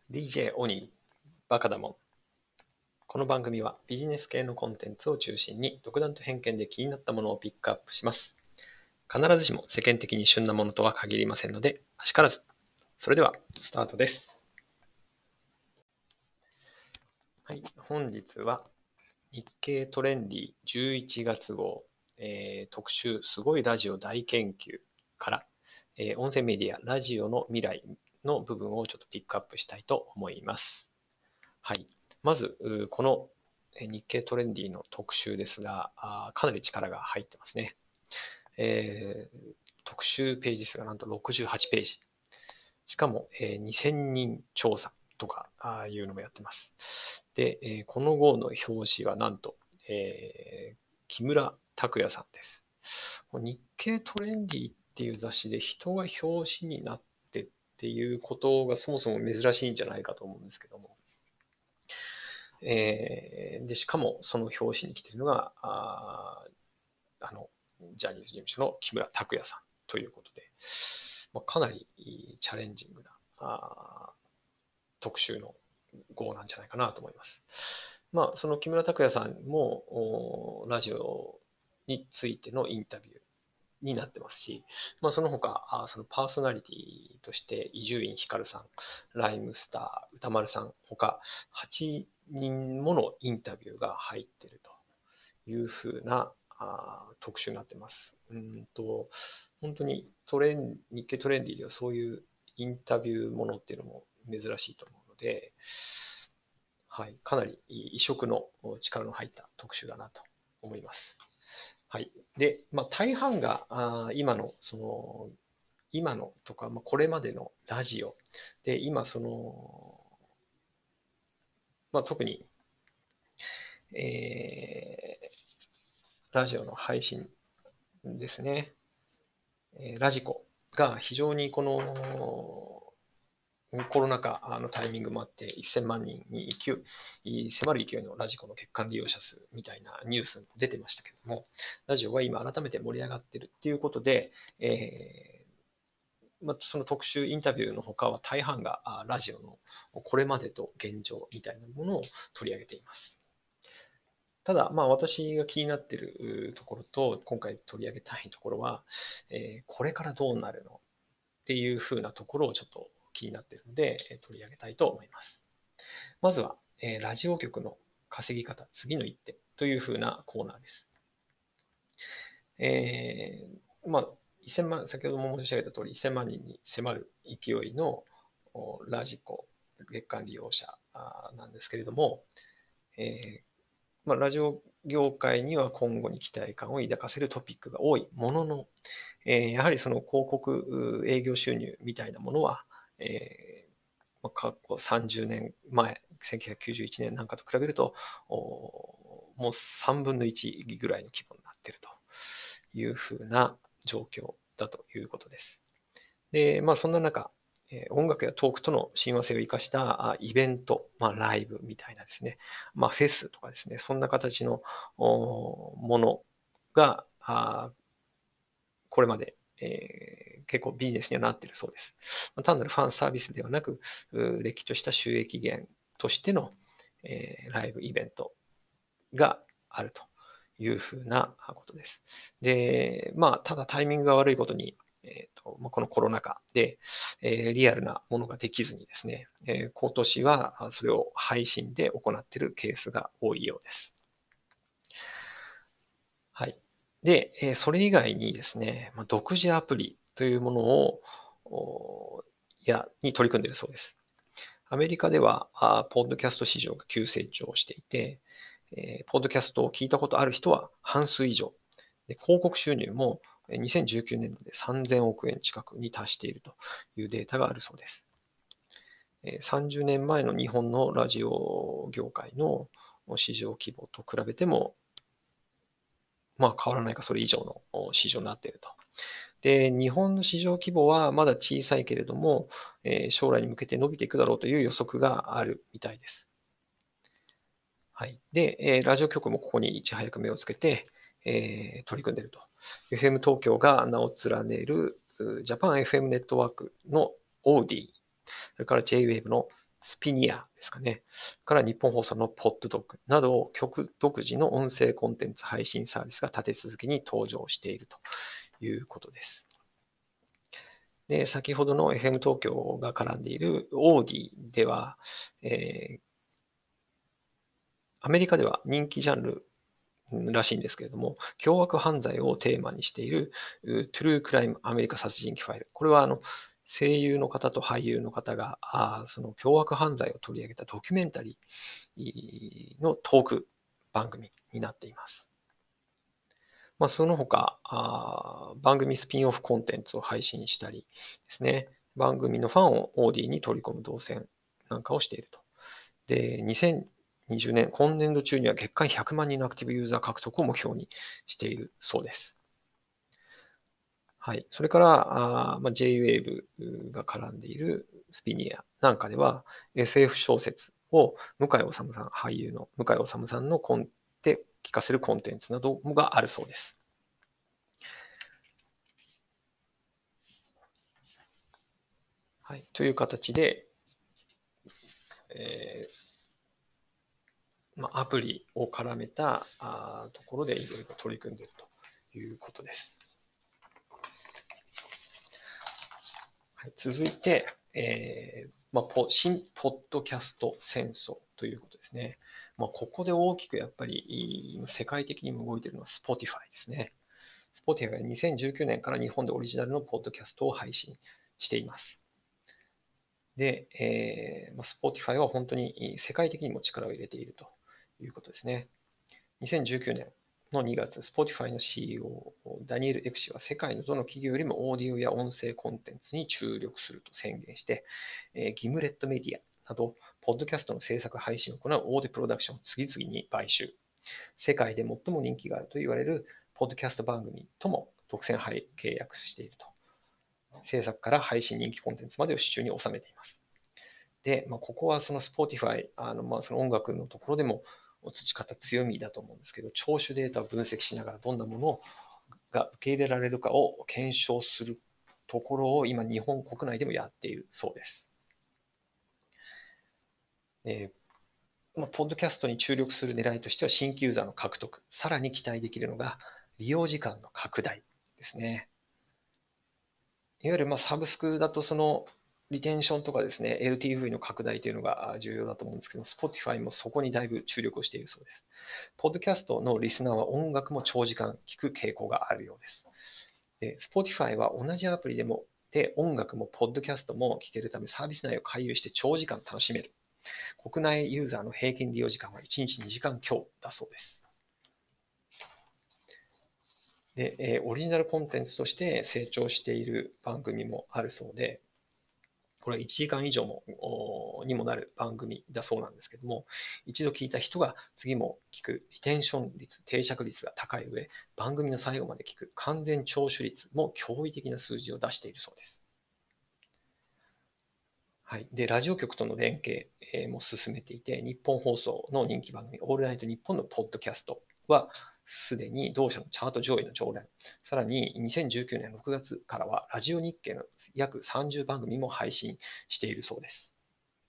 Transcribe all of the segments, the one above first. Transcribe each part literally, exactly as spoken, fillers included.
ディージェー オニー、バカだもん。この番組はビジネス系のコンテンツを中心に独断と偏見で気になったものをピックアップします。必ずしも世間的に旬なものとは限りませんので、あしからず。それでは、スタートです。はい、本日は日経トレンディじゅういちがつ号、えー、特集すごいラジオ大研究から、えー、音声メディアラジオの未来の部分をちょっとピックアップしたいと思います。はい。まず、この日経トレンディの特集ですが、かなり力が入ってますね。えー、特集ページ数がなんとろくじゅうはちページ。しかも、えー、にせんにん調査とかあいうのもやってます。で、えー、この号の表紙はなんと、えー、木村拓哉さんです。日経トレンディっていう雑誌で人が表紙になってっていうことがそもそも珍しいんじゃないかと思うんですけども、えー、で、しかもその表紙に来ているのが、ああの、ジャニーズ事務所の木村拓哉さんということで、まあ、かなりチャレンジングなあ特集の号なんじゃないかなと思います。まあ、その木村拓哉さんもラジオについてのインタビューになってますし、まあ、その他、そのパーソナリティとして伊集院光さん、ライムスター、歌丸さん、他はちにんものインタビューが入っているというふうなあ特集になってます。うんと本当にトレン日経トレンディではそういうインタビューものっていうのも珍しいと思うので、はい、かなり異色の力の入った特集だなと思います。はい。で、まあ、大半が、あ今の、その、今のとか、まあ、これまでのラジオで、今、その、まあ、特に、えー、ラジオの配信ですね。えーラジコが非常にこの、コロナ禍のタイミングもあって、せんまんにんに勢い、迫る勢いのラジコの月間利用者数みたいなニュースも出てましたけども、ラジオが今改めて盛り上がってるっていうことで、えーまあ、その特集インタビューの他は大半がラジオのこれまでと現状みたいなものを取り上げています。ただ、まあ私が気になっているところと、今回取り上げたいところは、えーこれからどうなるのっていうふうなところをちょっと気になっているので、取り上げたいと思います。まずは、えーラジオ局の稼ぎ方、次の一手というふうなコーナーです。えー、まあ、せんまん、先ほども申し上げた通り、せんまんにんに迫る勢いのラジコ月間利用者なんですけれども、えーまあ、ラジオ業界には今後に期待感を抱かせるトピックが多いものの、えーやはりその広告営業収入みたいなものは、えーまあ、過去さんじゅうねんまえ、せんきゅうひゃくきゅうじゅういちねんなんかと比べると、もうさんぶんのいちぐらいの規模になっているというふうな状況だということです。で、まあそんな中、えー音楽やトークとの親和性を生かしたあイベント、まあライブみたいなですね、まあフェスとかですね、そんな形のおものが、あこれまで、えー結構ビジネスにはなっているそうです。まあ単なるファンサービスではなく、うれっきとした収益源としての、えーライブイベントがあるというふうなことです。で、まあ、ただタイミングが悪いことに、えーとまあ、このコロナ禍で、えーリアルなものができずにですね、えー今年はそれを配信で行っているケースが多いようです。はい。で、えーそれ以外にですね、まあ、独自アプリというものを、おや、に取り組んでいるそうです。アメリカでは、あポッドキャスト市場が急成長していて、えーポッドキャストを聞いたことある人は半数以上。で広告収入もにせんじゅうきゅうねん度でさんぜんおくえん近くに達しているというデータがあるそうです。えーさんじゅうねんまえの日本のラジオ業界の市場規模と比べても、まあ変わらないかそれ以上の市場になっていると。で、日本の市場規模はまだ小さいけれども、えー将来に向けて伸びていくだろうという予測があるみたいです。はい。で、えーラジオ局もここにいち早く目をつけて、えー取り組んでいると。エフエム 東京が名を連ねるジャパン エフエム ネットワークのオーディ、それから J-Wave のスピニアですかね。から日本放送のポッドドッグなど局独自の音声コンテンツ配信サービスが立て続けに登場しているということです。で、先ほどの エフエム 東京が絡んでいるオーディでは、えーアメリカでは人気ジャンルらしいんですけれども、凶悪犯罪をテーマにしているトゥルークライムアメリカ殺人鬼ファイル。これはあの声優の方と俳優の方があその凶悪犯罪を取り上げたドキュメンタリーのトーク番組になっています。まあ、その他あ、番組スピンオフコンテンツを配信したりですね、番組のファンをオーディに取り込む動線なんかをしていると。で、にせんにじゅうねん、今年度中には月間ひゃくまん人のアクティブユーザー獲得を目標にしているそうです。はい。それから、あまあ、ジェイウェーブ が絡んでいるスピニアなんかでは エスエフ 小説を向井治さん、俳優の向井治さんのコンで聞かせるコンテンツなどがあるそうです。はい。という形で、えーまあ、アプリを絡めたあところでいろいろ取り組んでいるということです。はい、続いて、えーまあ、新ポッドキャスト戦争ということですね。まあ、ここで大きくやっぱり世界的にも動いているのは Spotify ですね。Spotify がにせんじゅうきゅうねんから日本でオリジナルのポッドキャストを配信しています。で、えーまあ、Spotify は本当に世界的にも力を入れているということですね。にせんじゅうきゅうねんのにがつ、Spotify の シーイーオー、ダニエル・エク氏は世界のどの企業よりもオーディオや音声コンテンツに注力すると宣言して、えー、ギムレットメディアなど、ポッドキャストの制作配信を行う大手プロダクションを次々に買収。世界で最も人気があると言われるポッドキャスト番組とも独占契約していると。制作から配信人気コンテンツまでを手中に収めています。で、まあ、ここはその Spotify、あのまあその音楽のところでも培った強みだと思うんですけど、聴取データを分析しながらどんなものが受け入れられるかを検証するところを今日本国内でもやっているそうです。えーまあ、ポッドキャストに注力する狙いとしては新規ユーザーの獲得、さらに期待できるのが利用時間の拡大ですね。いわゆるまあサブスクだとそのリテンションとかですね、エルティーブイ の拡大というのが重要だと思うんですけど、Spotify もそこにだいぶ注力をしているそうです。ポッドキャストのリスナーは音楽も長時間聞く傾向があるようです。で Spotify は同じアプリでもで音楽もポッドキャストも聴けるためサービス内を回遊して長時間楽しめる。国内ユーザーの平均利用時間はいちにちにじかん強だそうです。で、えーオリジナルコンテンツとして成長している番組もあるそうで、これはいちじかん以上もにもなる番組だそうなんですけども、一度聞いた人が次も聞くリテンション率、定着率が高い上、番組の最後まで聞く完全聴取率も驚異的な数字を出しているそうです。はい。で、ラジオ局との連携も進めていて、日本放送の人気番組、オールナイトニッポンのポッドキャストは、すでに同社のチャート上位の常連。さらににせんじゅうきゅうねんろくがつからは、ラジオ日経の約さんじゅうばんぐみも配信しているそうです。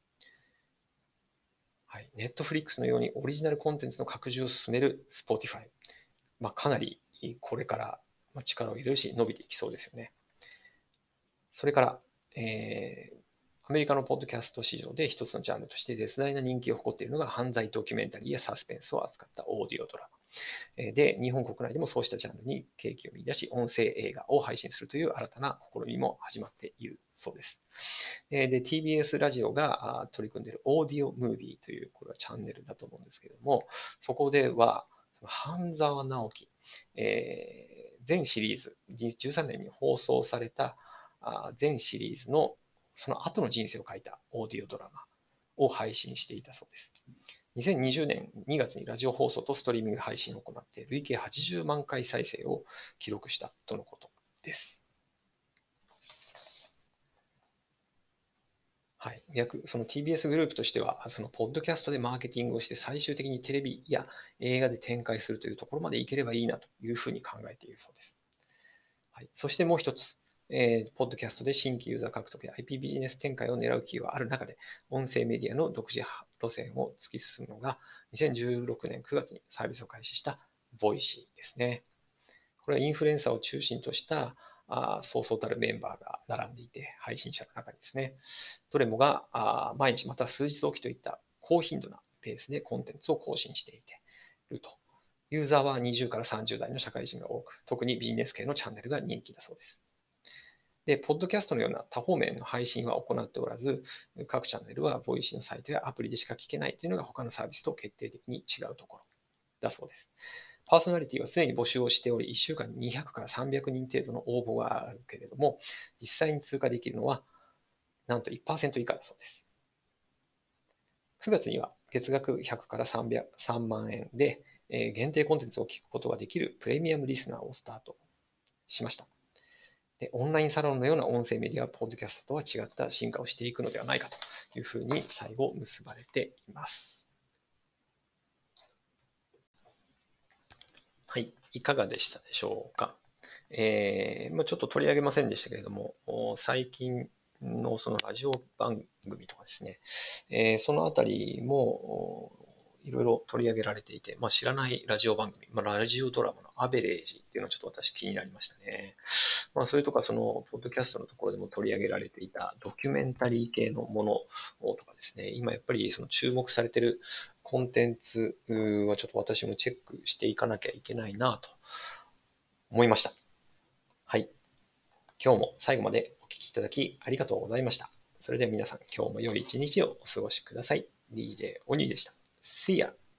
はい。ネットフリックスのようにオリジナルコンテンツの拡充を進める Spotify。まあ、かなりこれから力を入れるし、伸びていきそうですよね。それから、えーアメリカのポッドキャスト市場で一つのジャンルとして絶大な人気を誇っているのが犯罪ドキュメンタリーやサスペンスを扱ったオーディオドラマ。で、日本国内でもそうしたジャンルに景気を見出し、音声映画を配信するという新たな試みも始まっているそうです。で、ティービーエス ラジオが取り組んでいるオーディオムービーという、これはチャンネルだと思うんですけれども、そこでは、半沢直樹、えー、全シリーズ、じゅうさんねんに放送された全シリーズのその後の人生を書いたオーディオドラマを配信していたそうです。にせんにじゅうねんにがつにラジオ放送とストリーミング配信を行って、累計はちじゅうまんかい再生を記録したとのことです。はい。逆、その ティービーエス グループとしては、そのポッドキャストでマーケティングをして最終的にテレビや映画で展開するというところまでいければいいなというふうに考えているそうです。はい。そしてもう一つ。 えー、ポッドキャストで新規ユーザー獲得や アイピー ビジネス展開を狙う企業がある中で、音声メディアの独自路線を突き進むのが、にせんじゅうろくねんくがつにサービスを開始したボイシーですね。これはインフルエンサーを中心としたあそうそうたるメンバーが並んでいて、配信者の中にですね、どれもがあ毎日または数日おきといった高頻度なペースでコンテンツを更新していていると。ユーザーはにじゅうからさんじゅう代の社会人が多く、特にビジネス系のチャンネルが人気だそうです。で、ポッドキャストのような多方面の配信は行っておらず、各チャンネルはボイシーのサイトやアプリでしか聞けないというのが他のサービスと決定的に違うところだそうです。パーソナリティは常に募集をしており、いっしゅうかんににひゃくからさんびゃくにん程度の応募があるけれども、実際に通過できるのはなんと いちパーセント 以下だそうです。くがつには月額ひゃくからさんびゃく さんまんえんで、えー限定コンテンツを聞くことができるプレミアムリスナーをスタートしました。で、オンラインサロンのような音声メディアは、ポッドキャストとは違った進化をしていくのではないかというふうに最後結ばれています。はい、いかがでしたでしょうか。えーまあ、ちょっと取り上げませんでしたけれども、最近のそのラジオ番組とかですね、えーそのあたりもいろいろ取り上げられていて、まあ、知らないラジオ番組、まあ、ラジオドラマのアベレージっていうのはちょっと私気になりましたね。まあ、それとか、その、ポッドキャストのところでも取り上げられていたドキュメンタリー系のものとかですね、今やっぱりその注目されているコンテンツはちょっと私もチェックしていかなきゃいけないなと思いました。はい。今日も最後までお聞きいただきありがとうございました。それでは皆さん、今日も良い一日をお過ごしください。ディージェー オニーでした。See ya!